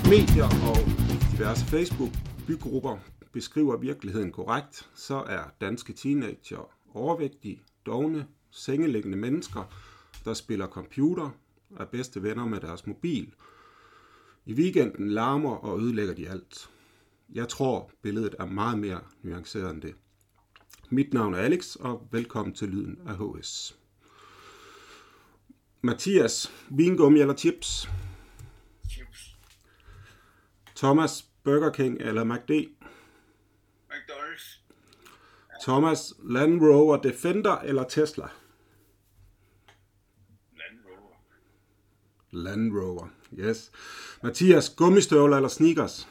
medier og diverse Facebook-bygrupper beskriver virkeligheden korrekt, så er danske teenager overvægtige, dovne, sengeliggende mennesker, der spiller computer, er bedste venner med deres mobil. I weekenden larmer og ødelægger de alt. Jeg tror, billedet er meget mere nuanceret end det. Mit navn er Alex, og velkommen til Lyden af HS. Mathias, vingummi eller chips? Chips. Thomas, Burger King eller McD? McDonald's. Thomas, Land Rover Defender eller Tesla? Land Rover. Land Rover, yes. Mathias, gummistøvler eller sneakers?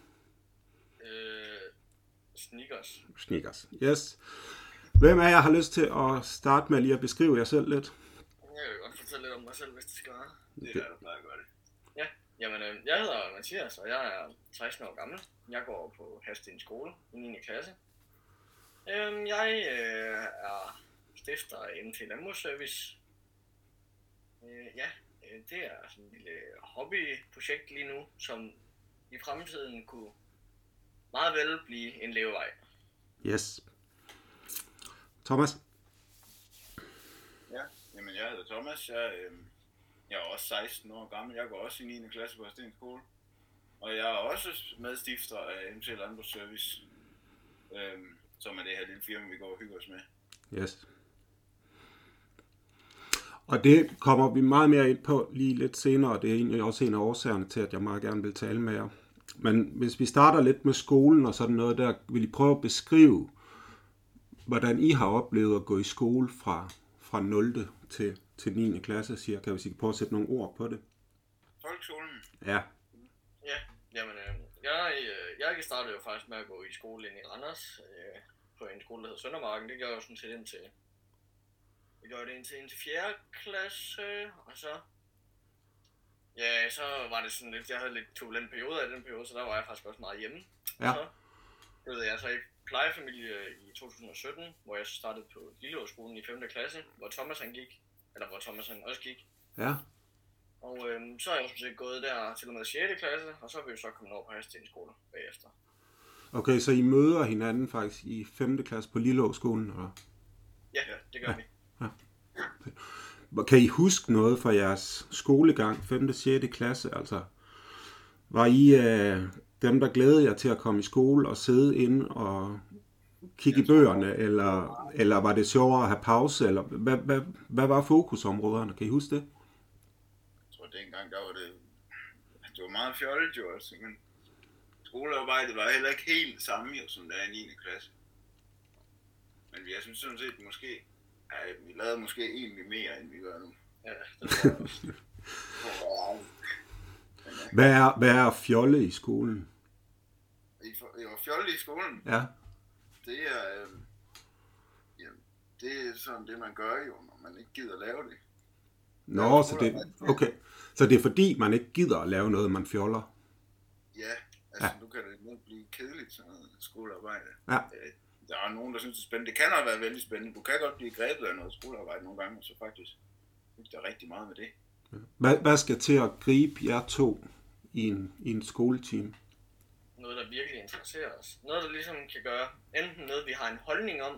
Sneakers. Sneakers, yes. Hvem af jer har lyst til at starte med lige at beskrive jer selv lidt? Jeg vil godt fortælle lidt om mig selv, hvis det skal være. Det er der plejer at gøre det. Ja, jamen jeg hedder Mathias, og jeg er 16 år gammel. Jeg går på Hadsten skole i 9. klasse. Jeg er stifter af MT Landbrugsservice. Det er sådan et lille hobbyprojekt lige nu, som i fremtiden kunne meget vel blive en levevej. Yes. Thomas? Ja, jamen jeg hedder Thomas. Jeg er også 16 år gammel. Jeg går også i 9. klasse på Hadsten skole. Og jeg er også medstifter af MT Landbrugsservice, som er det her lille firma, vi går og hygger os med. Yes. Og det kommer vi meget mere ind på lige lidt senere, det er egentlig også en af årsagerne til, at jeg meget gerne vil tale med jer. Men hvis vi starter lidt med skolen og sådan noget der, vil I prøve at beskrive, hvordan I har oplevet at gå i skole fra 0. til 9. klasse, cirka, hvis I kan prøve at sætte nogle ord på det. Folkeskolen? Ja. Ja, jamen jeg startede jo faktisk med at gå i skole inde i Randers, på en skole, der hedder Søndermarken. Det gjorde jeg jo sådan set indtil 4. klasse, og så var det sådan lidt, jeg havde lidt turbulent periode af den periode, så der var jeg faktisk også meget hjemme. Ja. Så flyttede jeg så i plejefamilie i 2017, hvor jeg startede på Lilleåskolen i 5. klasse, hvor Thomas han også gik. Ja. Og så er jeg også gået der til og med 6. klasse, og så er vi jo så kommet over på Hadsten skole bagefter. Okay, så I møder hinanden faktisk i 5. klasse på Lilleåskolen, eller? Ja, det gør vi. Ja. Kan I huske noget fra jeres skolegang, 5. og 6. klasse? Altså, var I dem, der glædede jer til at komme i skole og sidde inde og kigge i bøgerne, eller var det sjovere at have pause? Eller hvad var fokusområderne? Kan I huske det? Jeg tror, dengang der var det var meget fjollet jo også, men skolearbejdet var heller ikke helt samme jo, som det er i 9. klasse. Men jeg synes sådan set vi lavede måske egentlig mere, end vi gør nu. Ja, det tror jeg også. Hvad er fjolle i skolen? Jeg var fjolle i skolen? Ja. Det er sådan det, man gør jo, når man ikke gider lave det. Nå, så det er fordi, man ikke gider at lave noget, man fjoller? Ja, altså nu kan det nemt blive kedeligt, sådan noget skolearbejde. Ja. Der er nogen, der synes, det er spændende. Det kan også være vældig spændende. Du kan godt blive grebet af noget skolearbejde nogle gange, så faktisk der er rigtig meget med det. Hvad skal til at gribe jer to i en skoleteam? Noget, der virkelig interesserer os. Noget, der ligesom kan gøre enten noget, vi har en holdning om.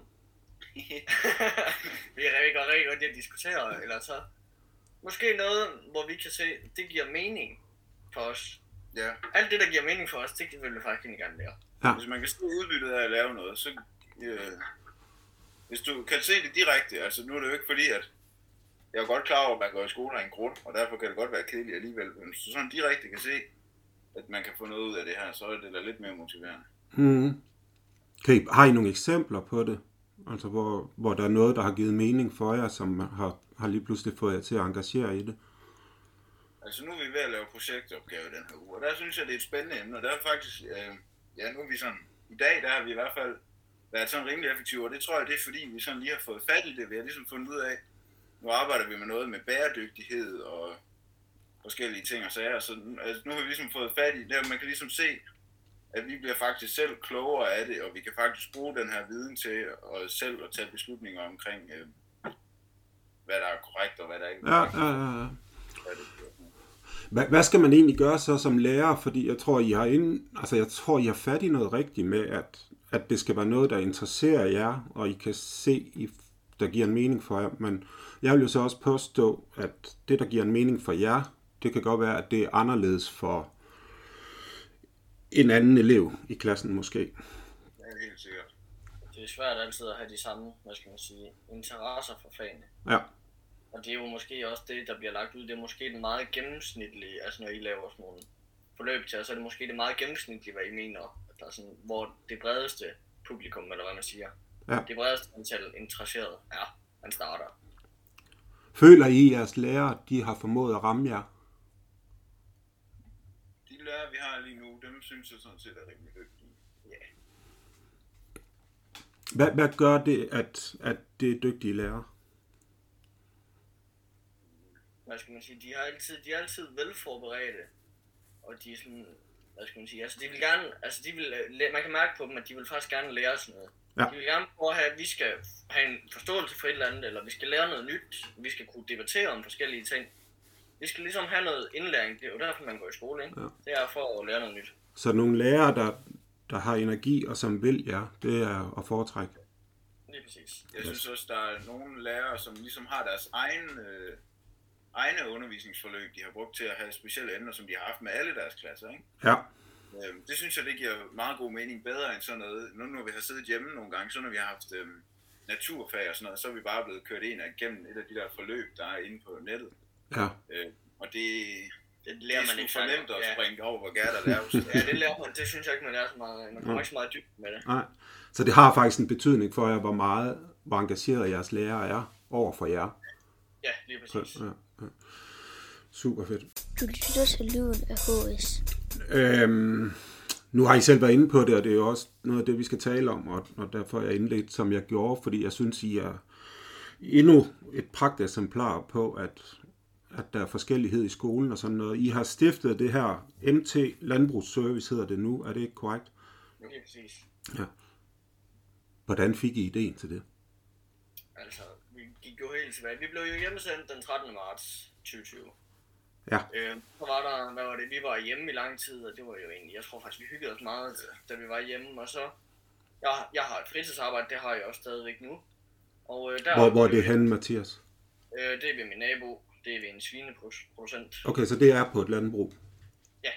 Vi er rigtig godt at diskutere, eller så måske noget, hvor vi kan se, det giver mening for os. Ja. Alt det, der giver mening for os, det vil vi faktisk ikke gerne lære. Ja. Hvis man kan se udbyttet af at lave noget, så hvis du kan se det direkte, altså nu er det jo ikke fordi, at jeg er godt klar over, at man går i skole af en grund, og derfor kan det godt være kedeligt alligevel, men hvis du sådan direkte kan se, at man kan få noget ud af det her, så er det da lidt mere motiverende. Har I nogle eksempler på det? Altså hvor der er noget, der har givet mening for jer, som har lige pludselig fået jer til at engagere i det? Altså nu er vi ved at lave projektopgave den her uge, og der synes jeg, det er et spændende emne, og der er faktisk, nu er vi sådan, i dag der har vi i hvert fald været sådan rimelig effektive, og det tror jeg, det er fordi, vi sådan lige har fået fat i det, vi har ligesom fundet ud af, nu arbejder vi med noget med bæredygtighed og forskellige ting og sager, så altså, nu har vi ligesom fået fat i det, man kan ligesom se, at vi bliver faktisk selv klogere af det, og vi kan faktisk bruge den her viden til at selv at tage beslutninger omkring, hvad der er korrekt og hvad der ikke er korrekt. Ja. Hvad skal man egentlig gøre så som lærer? Fordi jeg tror, I har fat i noget rigtigt med, at det skal være noget, der interesserer jer, og I kan se, der giver en mening for jer. Men jeg vil jo så også påstå, at det, der giver en mening for jer, det kan godt være, at det er anderledes for en anden elev i klassen måske. Det er helt sikkert. Det er svært altid at have de samme, hvad skal man sige, interesser for fagene. Ja. Og det er jo måske også det, der bliver lagt ud. Det er måske det meget gennemsnitlige, altså når I laver sådan nogle forløb til, så er det måske det meget gennemsnitlige, hvad I mener, der er sådan, hvor det bredeste publikum, eller hvad man siger, det bredeste antal interesserede man starter. Føler I, jeres lærere, de har formået at ramme jer? De lærere, vi har lige nu, dem synes jeg sådan set er rimelig dygtige. Ja. Hvad gør det, at det er dygtige lærere? Hvad skal man sige, de er altid velforberedte, og de er sådan, hvad skal man sige, altså de vil gerne, altså man kan mærke på dem, at de vil faktisk gerne lære os noget. Ja. De vil gerne prøve at have, at vi skal have en forståelse for et eller andet, eller vi skal lære noget nyt, vi skal kunne debattere om forskellige ting. Vi skal ligesom have noget indlæring, det er jo derfor, man går i skole, ikke? Ja. Det er for at lære noget nyt. Så nogle lærere, der har energi og som vil jer, det er at foretrække? Lige præcis. Jeg synes også, der er nogle lærere, som ligesom har deres egne undervisningsforløb, de har brugt til at have specielle emner, som de har haft med alle deres klasser, ikke? Ja. Det synes jeg, det giver meget god mening, bedre end sådan noget. Nu når vi har siddet hjemme nogle gange, så når vi har haft naturfag og sådan noget, så er vi bare blevet kørt ind igennem et af de der forløb, der er inde på nettet. Ja. Og det lærer man ikke for nemt at springe over, hvor gær der laves. Ja, det lærer man. Det synes jeg ikke, man lærer så meget. Man kommer ikke så meget dybt med det. Nej. Så det har faktisk en betydning for jer, hvor engageret jeres lærere er over for jer. Ja, lige præcis. Ja. Super fedt. Du lytter til lyden af HS. Nu har I selv været inde på det, og det er jo også noget af det, vi skal tale om, og derfor er jeg indledt, som jeg gjorde, fordi jeg synes, I er endnu et pragteksemplar på, at der er forskellighed i skolen og sådan noget. I har stiftet det her MT Landbrugsservice, hedder det nu. Er det ikke korrekt? Jo, lige præcis. Ja. Hvordan fik I ideen til det? Altså, vi gik jo helt tilbage. Vi blev jo hjemmesendt den 13. marts 2020. Ja. Så var der, vi var hjemme i lang tid, og det var jo egentlig, jeg tror faktisk, vi hyggede os meget, da vi var hjemme, og så, jeg har et fritidsarbejde, det har jeg også stadigvæk nu. Og hvor er det henne, Mathias? Det er ved min nabo, det er ved en svineproducent. Okay, så det er på et landbrug? Ja.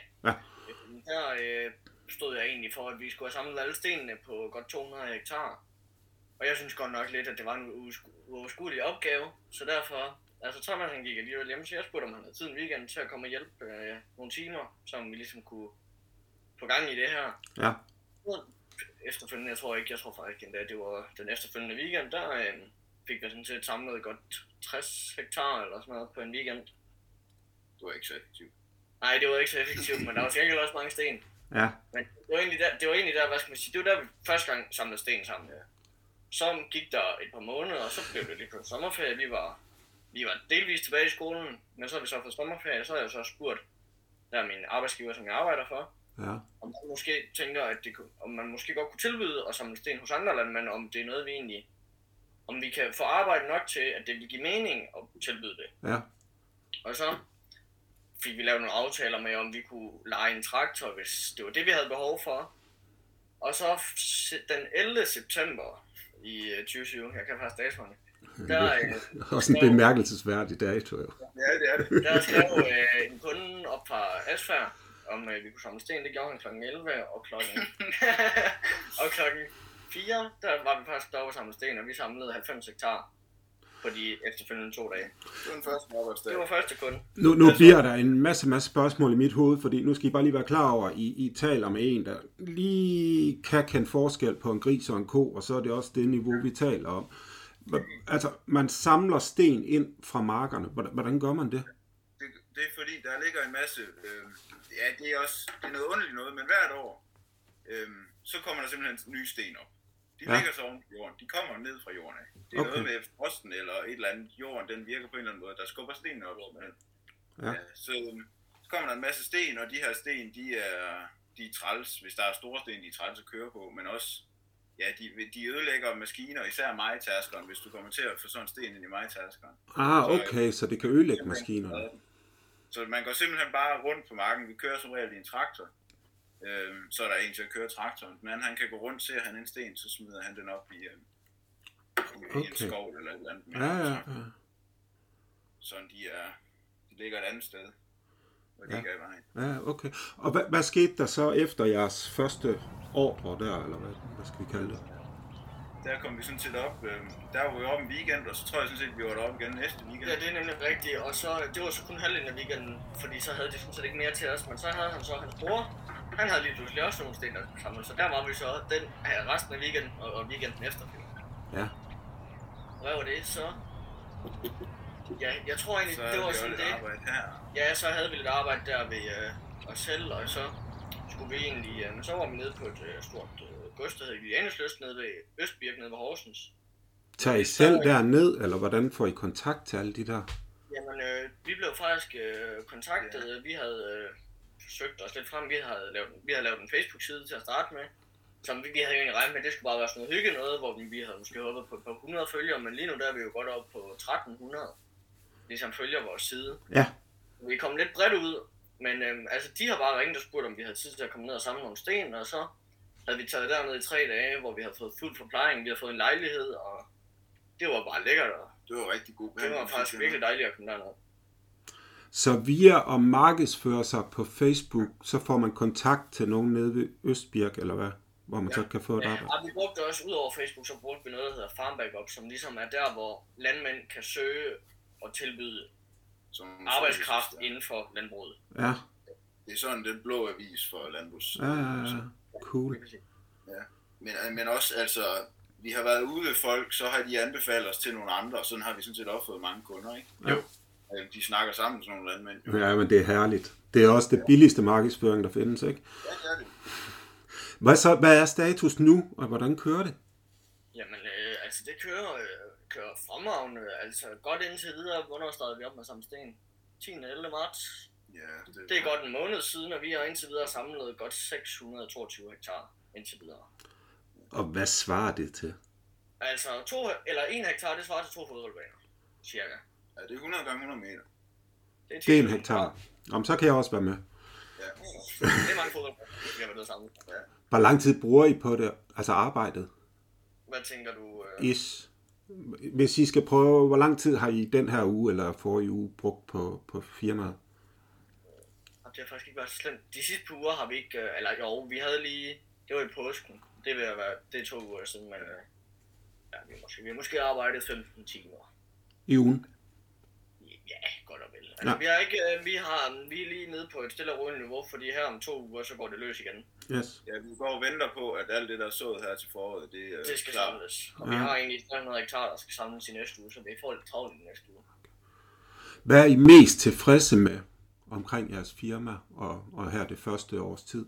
Der stod jeg egentlig for, at vi skulle have samlet alle stenene på godt 200 hektar. Og jeg synes godt nok lidt, at det var en uoverskuelig opgave, så derfor, altså Thomas han gik alligevel hjemme, så jeg spurgte, om han havde tid en weekend til at komme og hjælpe nogle timer, som vi ligesom kunne få gang i det her. Ja. Efterfølgende, jeg tror faktisk endda, det var den efterfølgende weekend, der fik vi sådan set samlet godt 60 hektar eller sådan noget på en weekend. Det var ikke så effektivt. Nej, det var ikke så effektivt, men der var sikkert også mange sten. Ja. Men det var egentlig der, hvad skal man sige, det var der vi første gang samlede sten sammen. Ja. Så gik der et par måneder, og så blev det lige på sommerferie. Vi var delvis tilbage i skolen, men så har vi så fået sommerferie, så har jeg så spurgt, der er min arbejdsgiver, som jeg arbejder for, om man måske tænker, at om man måske godt kunne tilbyde at samle sten hos andre landmænd, om det er noget, vi egentlig, om vi kan få arbejde nok til, at det vil give mening at tilbyde det. Ja. Og så fik vi lavet nogle aftaler med, om vi kunne leje en traktor, hvis det var det, vi havde behov for. Og så den 11. september i 2020, jeg kan faktisk datoerne, der også en bemærkelsesværdig dato, jo. Ja, det er det. Der skrev en kunde op fra Asfær, om vi kunne samle sten. Det gjorde han kl. 11, og klokken 4, der var vi faktisk deroppe og samle sten, og vi samlede 90 hektar på de efterfølgende 2 dage. Det var den første arbejdsdag. Det var første kunde. Nu bliver der en masse spørgsmål i mit hoved, fordi nu skal I bare lige være klar over, I taler med en, der lige kan kende forskel på en gris og en ko, og så er det også det niveau, vi taler om. Altså, man samler sten ind fra markerne. Hvordan gør man det? Det er fordi, der ligger en masse... det er noget underligt noget, men hvert år, så kommer der simpelthen nye sten op. De ligger så oven på jorden. De kommer ned fra jorden af. Det er noget med frosten eller et eller andet. Jorden, den virker på en eller anden måde. Der skubber stenene op. Så kommer der en masse sten, og de her sten, de er træls. Hvis der er store sten, de er træls at køre på, men også... Ja, de ødelægger maskiner, især majtærskeren, hvis du kommer til at få sådan en sten ind i majtærskeren. Okay, så det kan ødelægge maskinerne. Så man går simpelthen bare rundt på marken. Vi kører som regel i en traktor. Så er der en til at køre traktoren. Den anden, han kan gå rundt, ser han en sten, så smider han den op i en skov eller et eller andet. Ja. Sådan de ligger et andet sted, hvor de ikke er i vejen. Ja, okay. Og hvad skete der så efter jeres første ordre der, eller hvad skal vi kalde det? Der kom vi sådan set op, der var vi oppe en weekend, og så tror jeg sådan set, vi var deroppe igen næste weekend. Ja, det er nemlig rigtigt, og så, det var så kun halvdelen af weekenden, fordi så havde de sådan set ikke mere til os, men så havde han så hans bror, han havde lige pludselig også nogle sten, der samlet, så der var vi så resten af weekenden og weekenden efterfølgende. Ja. Hvad var det så? Ja, jeg tror egentlig, så det var sådan det. Ja, så havde vi lidt arbejde der ved os selv, og så skulle vi egentlig, men så var vi nede på et stort gods, der hed Julianuslyst, nede ved Østbirk, nede ved Horsens. Tager I selv derned, eller hvordan får I kontakt til alle de der? Jamen, vi blev faktisk kontaktet. Ja. Vi havde forsøgt os lidt frem. Vi havde lavet en Facebook-side til at starte med. Som vi havde jo egentlig regnet med, at det skulle bare være sådan noget hygge noget, hvor vi havde måske håbet på et par 100 følgere, men lige nu der er vi jo godt oppe på 1300, ligesom følger vores side. Ja. Vi kom lidt bredt ud, men altså de har bare ringet og spurgt, om vi havde tid til at komme ned og samle nogle sten, og så havde vi taget derned i 3 dage, hvor vi havde fået fuld forplejning, vi havde fået en lejlighed, og det var bare lækkert. Det var rigtig god. Det var faktisk virkelig dejligt at komme derned. Så via at markedsføre sig på Facebook, så får man kontakt til nogen nede ved Østbirk, eller hvad? Hvor man så kan få et arbejde. Ja, vi brugte også, ud over Facebook, så brugte vi noget, der hedder Farm Backup, som ligesom er der, hvor landmænd kan søge og tilbyde arbejdskraft inden for landbruget. Ja. Det er sådan den blå avis for landbrugs. Ja. Cool. Ja. Men også, altså, vi har været ude ved folk, så har de anbefalet os til nogle andre, og sådan har vi sådan set også fået mange kunder, ikke? Jo. De snakker sammen med nogle landmænd. Ja, men det er herligt. Det er også det billigste markedsføring, der findes, ikke? Ja, det er det. Hvad er status nu, og hvordan kører det? Jamen, altså det kører fremragende, altså godt indtil videre. Hvornår startede vi op med samme sten? 10. 11. marts. Ja, det er godt en måned siden, og vi har indtil videre samlet godt 622 hektar indtil videre. Og hvad svarer det til? Altså 1 hektar, det svarer til 2 fodboldbaner, cirka. Ja, det er 100 gange 100 meter. Det er 1 hektar. Jamen, så kan jeg også være med. Ja. Det er mange fodboldbaner, vi har været sammen. Ja. Hvor lang tid bruger I på det, altså arbejdet? Hvad tænker du? Hvis I skal prøve, hvor lang tid har I den her uge eller forrige uge brugt på firmaet? Det har faktisk ikke været så slemt. De sidste par uger har vi ikke, eller jo, vi havde lige, det var i påsken. Det vil være, det er 2 uger siden, men ja, vi har måske arbejdet 15 timer. I ugen? Ja, godt og vel. Altså, vi er lige nede på et stille og roligt niveau, fordi her om 2 uger, så går det løs igen. Yes. Ja, vi går og venter på, at alt det, der er sået her til foråret, det skal samles. Og vi har egentlig 300 hektar, der skal samles i næste uge, så vi får lidt travlt i næste uge. Hvad er I mest tilfredse med omkring jeres firma, og her det første års tid?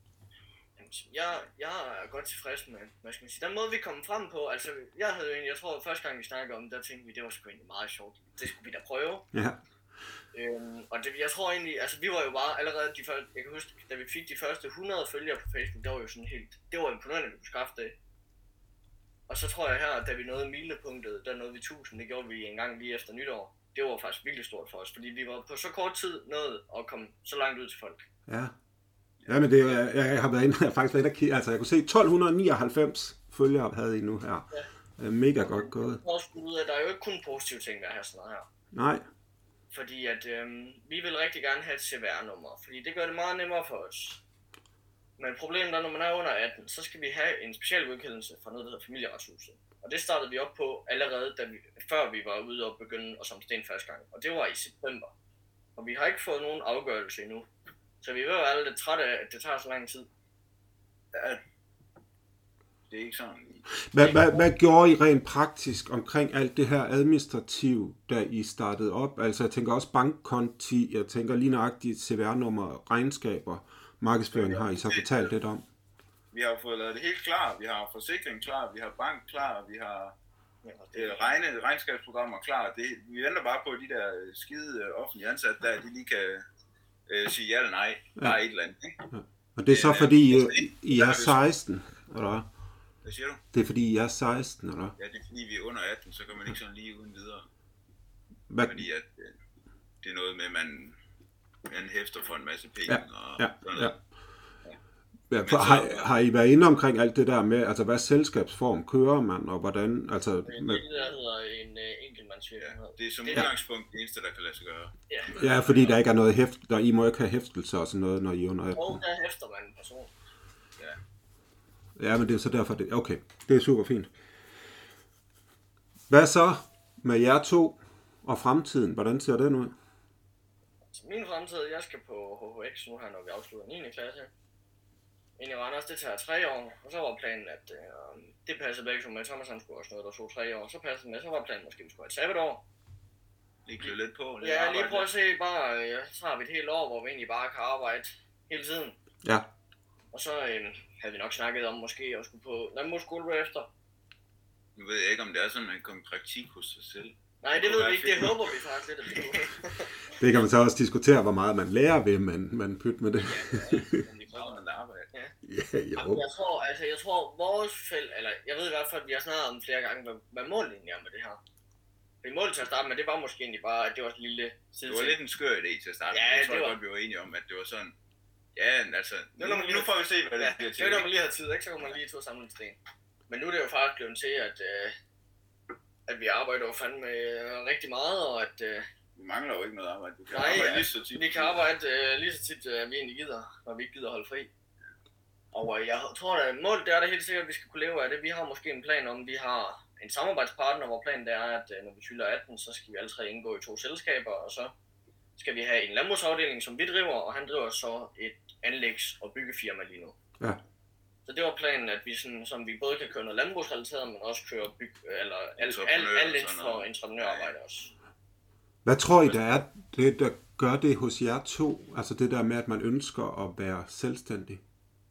Jeg er godt tilfreds med, hvad skal man sige, den måde vi kom frem på, altså jeg tror første gang vi snakkede om, der tænkte vi, det var sgu egentlig meget sjovt, det skulle vi da prøve. Ja. Og det, jeg tror egentlig, altså vi var jo bare allerede de første, jeg kan huske, da vi fik de første 100 følgere på Facebook, der var jo sådan helt, det var imponerende, at vi kunne skaffe det. Og så tror jeg her, da vi nåede milepunktet, der nåede vi 1000, det gjorde vi en gang lige efter nytår. Det var faktisk virkelig stort for os, fordi vi var på så kort tid nået at komme så langt ud til folk. Ja. Ja, men jeg har været inde, jeg har faktisk været inde og kigge, altså jeg kunne se 1299 følgere havde I nu her. Ja. Mega godt gået. Der er jo ikke kun positive ting ved at have sådan noget her. Nej. Fordi at vi vil rigtig gerne have et CVR-nummer, fordi det gør det meget nemmere for os. Men problemet er, når man er under 18, så skal vi have en speciel godkendelse fra noget, der hedder Familieretshuset. Og det startede vi op på allerede, før vi var ude og begynde at samle sten første gang. Og det var i september. Og vi har ikke fået nogen afgørelse endnu. Så vi er jo lidt trætte af, at det tager så lang tid. Ja, det er ikke sådan. Hvad gjorde I rent praktisk omkring alt det her administrativ, da I startede op? Altså jeg tænker også bankkonti, jeg tænker lige nøjagtigt CVR-nummer, regnskaber, markedsføring har I så fortalt lidt om. Vi har fået lavet det helt klar, vi har forsikring klar, vi har bank klar, vi har regnskabsprogrammer klar. Vi venter bare på de der skide offentlige ansatte, der de lige kan sige ja eller nej, bare et eller andet. Ikke? Ja. Og det er så fordi I er 16, eller hvad? Hvad siger du? Det er fordi I er 16, eller? Ja, det er fordi vi er under 18, så kan man ikke sådan lige uden videre. Hvad? Fordi at det er noget med, man en hæfter for en masse penge. Ja. Har I været inde omkring alt det der med, altså hvad selskabsform kører man, og hvordan, altså... Det der hedder en enkeltmandsvirksomhed. Ja, det er som udgangspunkt det eneste, der kan lade sig gøre. Ja, fordi der ikke er noget I må ikke have hæftelser og sådan noget, når I er under 18. Og der hæfter man en person. Ja, men det er så derfor, okay, det er super fint. Hvad så med jer to og fremtiden? Hvordan ser den ud? Min fremtid, jeg skal på HHX nu her, når vi afslutter 9. klasse. Ind i Randers, det tager 3 år, og så var planen, at det passede begge som med. Thomas han skulle også noget, der tog 3 år, så passede med, så var planen måske, at vi skulle have et sabbatår. Lige klø lidt på. Ja, lige prøve at se, så har vi et helt år, hvor vi egentlig bare kan arbejde hele tiden. Ja. Og så havde vi nok snakket om måske at skulle på landbrugsskole bagefter. Nu ved jeg ikke, om det er sådan, at man kommer i praktik hos sig selv. Nej, det ved vi ikke. Det håber vi faktisk lidt, at vi kunne. Det kan man så også diskutere, hvor meget man lærer ved, man pytter med det. Jeg tror vores felt, eller jeg ved i hvert fald, at vi har snakket om flere gange, hvad målet egentlig er med det her. Det målet til at starte med, det var måske egentlig bare, at det var en lille side. Det var lidt en skør idé til at starte med. Jeg tror godt, vi var enige om, at det var sådan. Ja, altså, nu får vi se, hvad det bliver til. Det er, når man lige har tid, ikke? Så kan man lige to samle en sten. Men nu er det jo faktisk blevet til, at vi arbejder jo fandme rigtig meget, og at... Vi mangler jo ikke noget arbejde. Vi kan arbejde lige så tit. Vi kan arbejde lige så tit, vi egentlig gider, når vi ikke gider holde fri. Og jeg tror, at målet det er da helt sikkert, at vi skal kunne leve af det. Vi har måske en plan om, vi har en samarbejdspartner, hvor planen det er, at når vi fylder 18, så skal vi alle tre indgå i 2 selskaber, og så skal vi have en landbrugsafdeling, som vi driver, og han driver så et anlægs- og byggefirma lige nu. Ja. Så det var planen, at vi sådan, som vi både kan køre noget landbrugsrelateret, men også køre alt inden for entreprenørarbejde også. Hvad tror I, der er det, der gør det hos jer to? Altså det der med, at man ønsker at være selvstændig?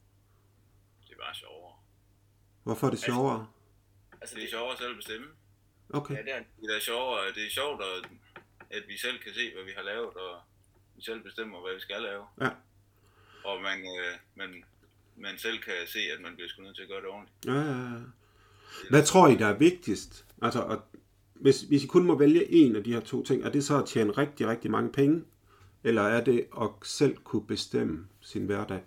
Det er bare sjovere. Hvorfor er det sjovere? Altså det er sjovere selv at bestemme. Okay. Ja, det er sjovere. Det er sjovt, at vi selv kan se, hvad vi har lavet, og vi selv bestemmer, hvad vi skal lave. Ja. Og man selv kan se, at man bliver sgu nødt til at gøre det ordentligt. Ja. Hvad tror I, der er vigtigst? Altså, hvis I kun må vælge en af de her 2 ting, er det så at tjene rigtig, rigtig mange penge? Eller er det at selv kunne bestemme sin hverdag?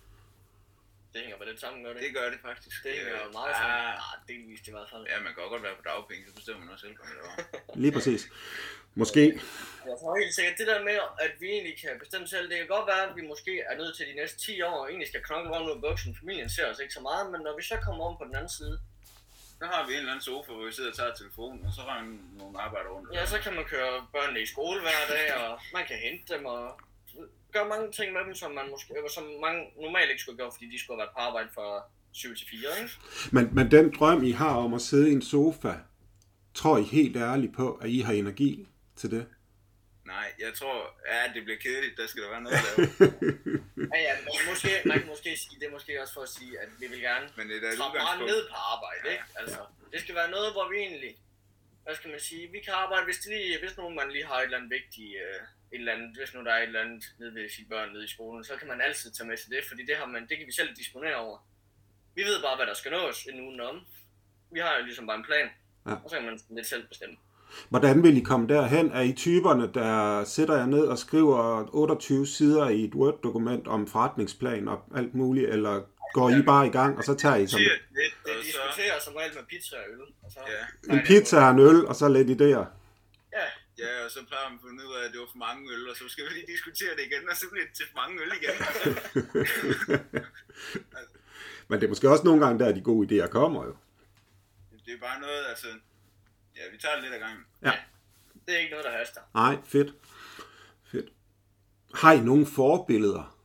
Det hænger med det sammen, gør det? Det gør det faktisk. Det hænger jo meget sammen. Delvist i hvert fald. Ja, man kan godt være på dagpenge, så bestemmer man også selv, hvad det var. Lige præcis. Måske. Jeg tror helt sikkert, det der med, at vi egentlig kan bestemme selv, det kan godt være, at vi måske er nødt til de næste 10 år, og egentlig skal knokle rundt ud af buksen. Familien ser os ikke så meget, men når vi så kommer om på den anden side, så har vi en eller anden sofa, hvor vi sidder og tager telefonen, og så har vi nogle arbejder rundt. Ja, så kan man køre børnene i skole hver dag, og man kan hente dem, og gøre mange ting med dem, som mange normalt ikke skulle gøre, fordi de skulle have været på arbejde fra 7 til 4, ikke? Men den drøm, I har om at sidde i en sofa, tror I helt ærligt på, at I har energi til det? Nej, jeg tror, det bliver kedeligt, der skal der være noget at lave. Ja, man kan måske sige, det er måske også for at sige, at vi vil gerne trappe meget ned på arbejde, ikke? Altså, det skal være noget, hvor vi egentlig, hvad skal man sige, vi kan arbejde, hvis nu man lige har et eller andet vigtigt, hvis nu der er et eller andet nede ved sine børn nede i skolen, så kan man altid tage med til det, fordi det kan vi selv disponere over. Vi ved bare, hvad der skal nås en uge om. Vi har jo ligesom bare en plan, og så kan man lidt selv bestemme. Hvordan vil I komme derhen? Er I typerne, der sætter jer ned og skriver 28 sider i et Word-dokument om forretningsplan og alt muligt, eller går I bare i gang, og så tager I som det? Det diskuterer som regel med pizza og øl. Og så en pizza og en øl, og så lidt idéer. Ja, og så plejer man at finde ud af, at det var for mange øl, og så skal vi lige diskutere det igen, og så bliver det til for mange øl igen. Men det er måske også nogle gange, der de gode idéer kommer jo. Det er bare noget, altså... Ja, vi tager det lidt ad gangen. Ja. Det er ikke noget, der haster. Nej, fedt. Har I nogle forbilleder?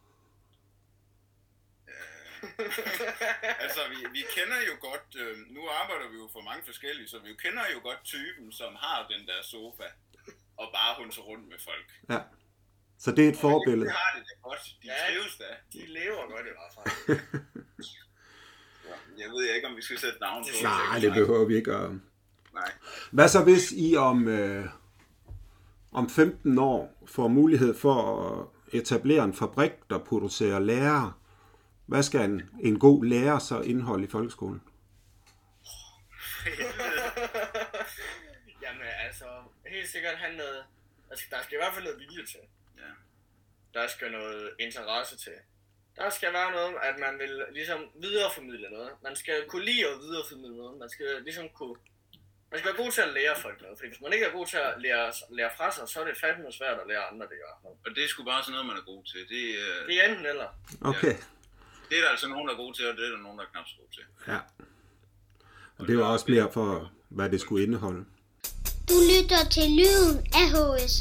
Altså, vi kender jo godt... nu arbejder vi jo for mange forskellige, så vi kender jo godt typen, som har den der sofa, og bare hunser rundt med folk. Ja. Så det er et forbillede. De har det da godt. De trives da. De lever godt i hvert fald. Jeg ved ikke, om vi skal sætte navn på. Nej, det behøver vi ikke at... Nej. Hvad så hvis I om 15 år får mulighed for at etablere en fabrik, der producerer lærere? Hvad skal en god lærer så indeholde i folkeskolen? Jamen altså, helt sikkert han noget... Altså, der skal i hvert fald noget vilje til. Ja. der skal noget interesse til. Der skal være noget, at man vil ligesom videreformidle noget. Man skal kunne lide at videreformidle noget. Man skal ligesom kunne... Man skal være god til at lære folk noget, fordi hvis man ikke er god til at lære fra sig, så er det fandme svært at lære andre det gør. Og det er sgu bare sådan noget, man er god til. Det er enten eller. Okay. Ja. Det er der altså nogen, der er gode til, og det er der nogen, der er knap så gode til. Ja. Og det var også mere for, hvad det skulle indeholde. Du lytter til lyden af HS.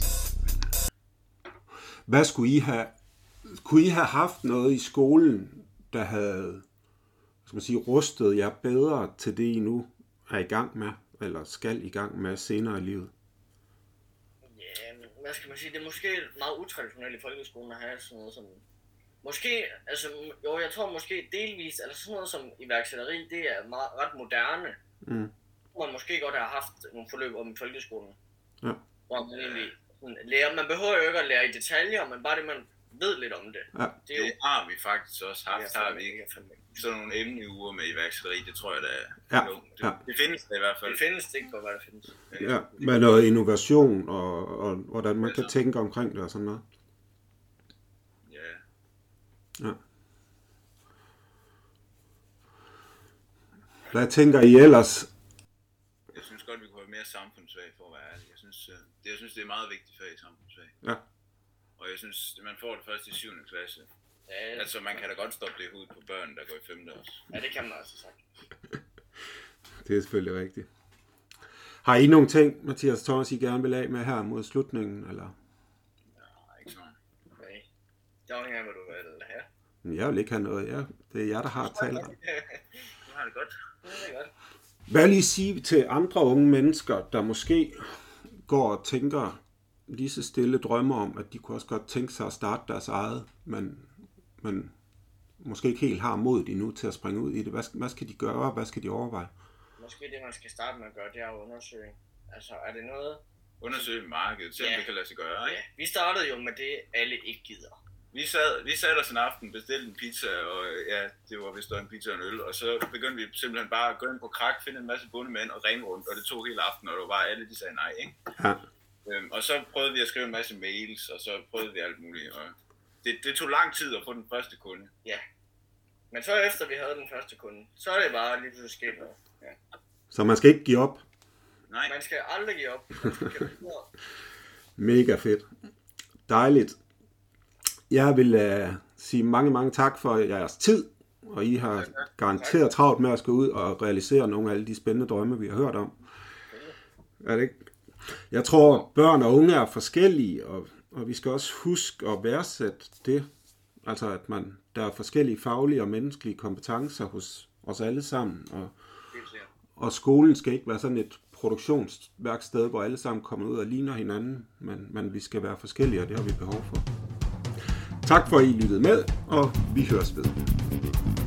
Hvad skulle I have... Kunne I have haft noget i skolen, der havde, skal man sige, rustet jer bedre til det, I nu er i gang med, eller skal i gang med senere i livet? Ja, hvad skal man sige, det er måske meget utraditionelt i folkeskolen at have sådan noget som... Måske, altså, jo, jeg tror måske delvis, altså sådan noget som iværksætteri, det er ret moderne. Hvor man måske godt har haft nogle forløb om i folkeskolen. Ja. Hvor man egentlig lærer, man behøver jo ikke at lære i detaljer, men bare det, man ved lidt om det. Ja. Det har vi faktisk også haft. Har vi ikke sådan nogle emneuger med iværksætteri, det tror jeg, der er. Ja. Det findes det i hvert fald. Det findes det ikke, hvad det findes. Ja, med noget innovation, og hvordan man kan tænke omkring det og sådan noget. Ja. Hvad tænker I ellers? Jeg synes godt, vi kunne have mere samfundsfag, for at være ærlig. Jeg synes, det er meget vigtigt fag i samfundsfag. Ja. Og jeg synes, man får det først i 7. klasse. Ja, altså, man kan da godt stoppe det i hovedet på børn, der går i 5. også. Ja, det kan man altså sagt. Det er selvfølgelig rigtigt. Har I nogle ting, Mathias Thomas, I gerne vil af med her mod slutningen, eller? Nej, ikke sådan. Nej. Det afhænger af, hvad du vil have. Jeg vil ikke have noget, ja. Det er jer, der har talt om. Du har det godt. Det er godt. Hvad vil I sige til andre unge mennesker, der måske går og tænker lige så stille drømmer om, at de kunne også godt tænke sig at starte deres eget, men måske ikke helt har modet endnu til at springe ud i det. Hvad skal de gøre? Hvad skal de overveje? Måske det, man skal starte med at gøre, det er at undersøge. Altså, er det noget... Undersøge markedet, selvom det kan lade sig gøre, ikke? Ja, vi startede jo med det, alle ikke gider. Vi sad os en aften, bestilte en pizza, og ja, det var vist en pizza og en øl, og så begyndte vi simpelthen bare at gå ind på Krak, finde en masse bondemænd og ringe rundt, og det tog hele aftenen, og det var bare alle, de sagde nej, ikke? Ja. Og så prøvede vi at skrive en masse mails, og så prøvede vi alt muligt, og det tog lang tid at få den første kunde. Ja. Men så efter vi havde den første kunde, så er det bare lige pludselig sket noget. Ja. Så man skal ikke give op? Nej. Man skal aldrig give op. Mega fedt. Dejligt. Jeg vil sige mange tak for jeres tid, og I har garanteret travlt med at skulle ud og realisere nogle af alle de spændende drømme, vi har hørt om. Er det ikke? Jeg tror, børn og unge er forskellige, og vi skal også huske at værdsætte det. Altså, at der er forskellige faglige og menneskelige kompetencer hos os alle sammen. Og skolen skal ikke være sådan et produktionsværksted, hvor alle sammen kommer ud og ligner hinanden, men vi skal være forskellige, og det har vi behov for. Tak for, at I lyttede med, og vi høres ved.